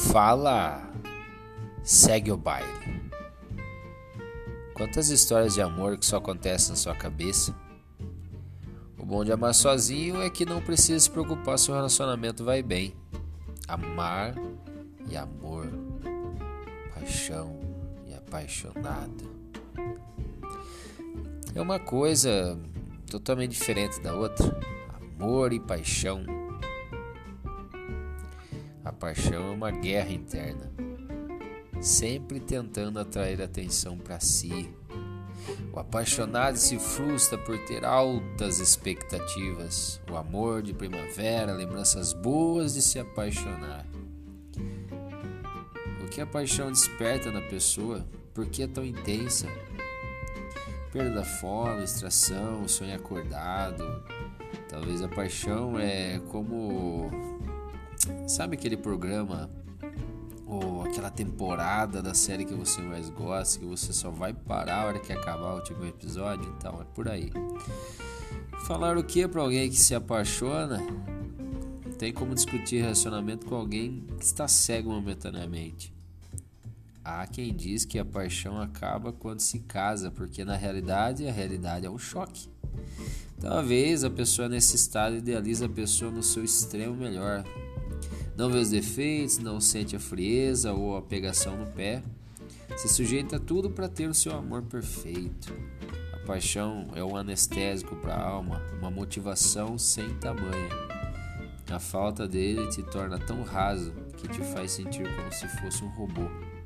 Fala, segue o baile. Quantas histórias de amor que só acontecem na sua cabeça? O bom de amar sozinho é que não precisa se preocupar se o relacionamento vai bem. Amar e amor, paixão e apaixonado é uma coisa totalmente diferente da outra. Amor e paixão. A paixão é uma guerra interna, sempre tentando atrair atenção para si. O apaixonado se frustra por ter altas expectativas. O amor de primavera, lembranças boas de se apaixonar. O que a paixão desperta na pessoa? Por que é tão intensa? Perda da fome, extração, sonho acordado. Talvez a paixão é como... Sabe aquele programa ou aquela temporada da série que você mais gosta, que você só vai parar a hora que acabar o último episódio? Então, é por aí. Falar o que para alguém que se apaixona? Não tem como discutir relacionamento com alguém que está cego momentaneamente. Há quem diz que a paixão acaba quando se casa, porque na realidade, a realidade é um choque. Talvez a pessoa nesse estado idealiza a pessoa no seu extremo melhor. Não vê os defeitos, não sente a frieza ou a pegação no pé. Se sujeita a tudo para ter o seu amor perfeito. A paixão é um anestésico para a alma, uma motivação sem tamanho. A falta dele te torna tão raso que te faz sentir como se fosse um robô.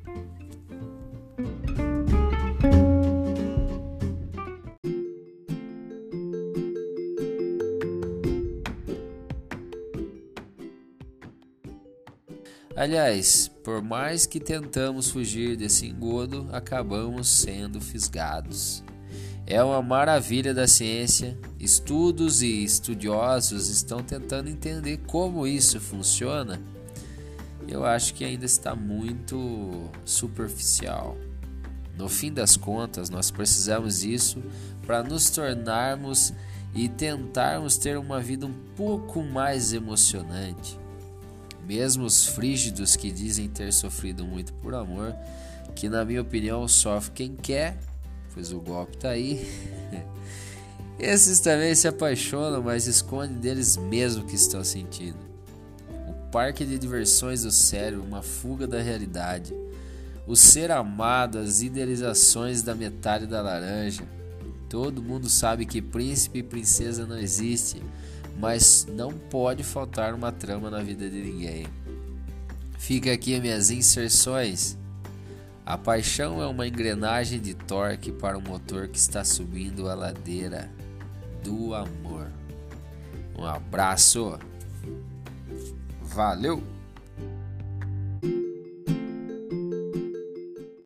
Aliás, por mais que tentamos fugir desse engodo, acabamos sendo fisgados. É uma maravilha da ciência. Estudos e estudiosos estão tentando entender como isso funciona. Eu acho que ainda está muito superficial. No fim das contas, nós precisamos disso para nos tornarmos e tentarmos ter uma vida um pouco mais emocionante. Mesmo os frígidos que dizem ter sofrido muito por amor, que na minha opinião sofre quem quer, pois o golpe tá aí. Esses também se apaixonam, mas escondem deles mesmo o que estão sentindo. O parque de diversões do cérebro, uma fuga da realidade. O ser amado, as idealizações da metade da laranja. Todo mundo sabe que príncipe e princesa não existe, mas não pode faltar uma trama na vida de ninguém. Fica aqui as minhas inserções. A paixão é uma engrenagem de torque para um motor que está subindo a ladeira do amor. Um abraço. Valeu!